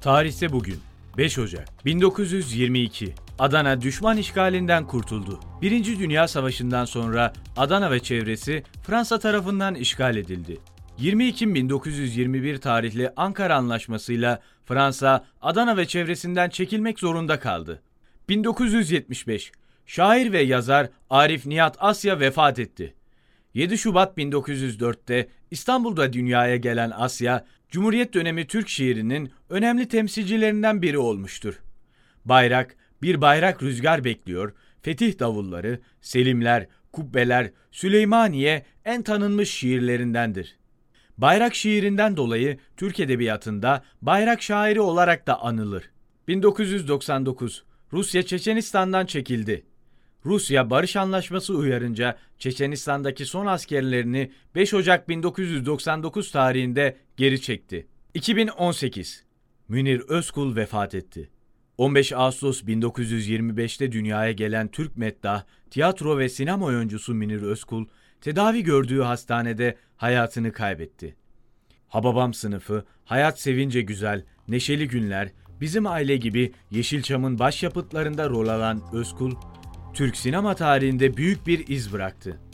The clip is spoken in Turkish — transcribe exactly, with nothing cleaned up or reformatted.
Tarihte bugün beş Ocak bin dokuz yüz yirmi iki. Adana düşman işgalinden kurtuldu. Birinci Dünya Savaşı'ndan sonra Adana ve çevresi Fransa tarafından işgal edildi. yirmi Ekim bin dokuz yüz yirmi bir tarihli Ankara Anlaşması'yla Fransa, Adana ve çevresinden çekilmek zorunda kaldı. bin dokuz yüz yetmiş beş. Şair ve yazar Arif Nihat Asya vefat etti. yedi Şubat bin dokuz yüz dörtte İstanbul'da dünyaya gelen Asya, Cumhuriyet dönemi Türk şiirinin önemli temsilcilerinden biri olmuştur. Bayrak, Bir bayrak rüzgar bekliyor, Fetih davulları, Selimler, Kubbeler, Süleymaniye en tanınmış şiirlerindendir. Bayrak şiirinden dolayı Türk edebiyatında bayrak şairi olarak da anılır. bin dokuz yüz doksan dokuz. Rusya Çeçenistan'dan çekildi. Rusya barış anlaşması uyarınca Çeçenistan'daki son askerlerini beş Ocak bin dokuz yüz doksan dokuz tarihinde geri çekti. iki bin on sekiz. Münir Özkul vefat etti. on beş Ağustos bin dokuz yüz yirmi beşte dünyaya gelen Türk meddah, tiyatro ve sinema oyuncusu Münir Özkul, tedavi gördüğü hastanede hayatını kaybetti. Hababam Sınıfı, Hayat Sevince Güzel, Neşeli Günler, Bizim Aile gibi Yeşilçam'ın başyapıtlarında rol alan Özkul, Türk sinema tarihinde büyük bir iz bıraktı.